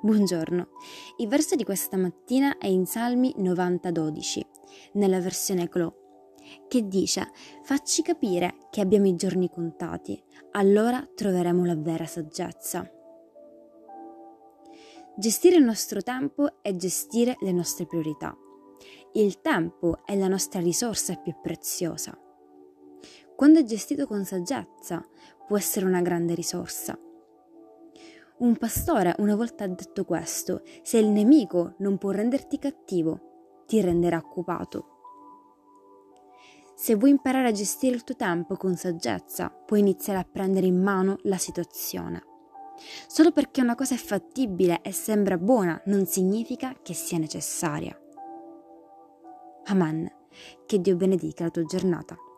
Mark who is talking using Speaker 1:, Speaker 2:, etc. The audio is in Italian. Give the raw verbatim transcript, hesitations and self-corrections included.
Speaker 1: Buongiorno, il verso di questa mattina è in Salmi novanta dodici, nella versione Clò, che dice: «Facci capire che abbiamo i giorni contati, allora troveremo la vera saggezza». Gestire il nostro tempo è gestire le nostre priorità. Il tempo è la nostra risorsa più preziosa. Quando è gestito con saggezza, può essere una grande risorsa. Un pastore una volta ha detto questo: se il nemico non può renderti cattivo, ti renderà occupato. Se vuoi imparare a gestire il tuo tempo con saggezza, puoi iniziare a prendere in mano la situazione. Solo perché una cosa è fattibile e sembra buona non significa che sia necessaria. Amen. Che Dio benedica la tua giornata.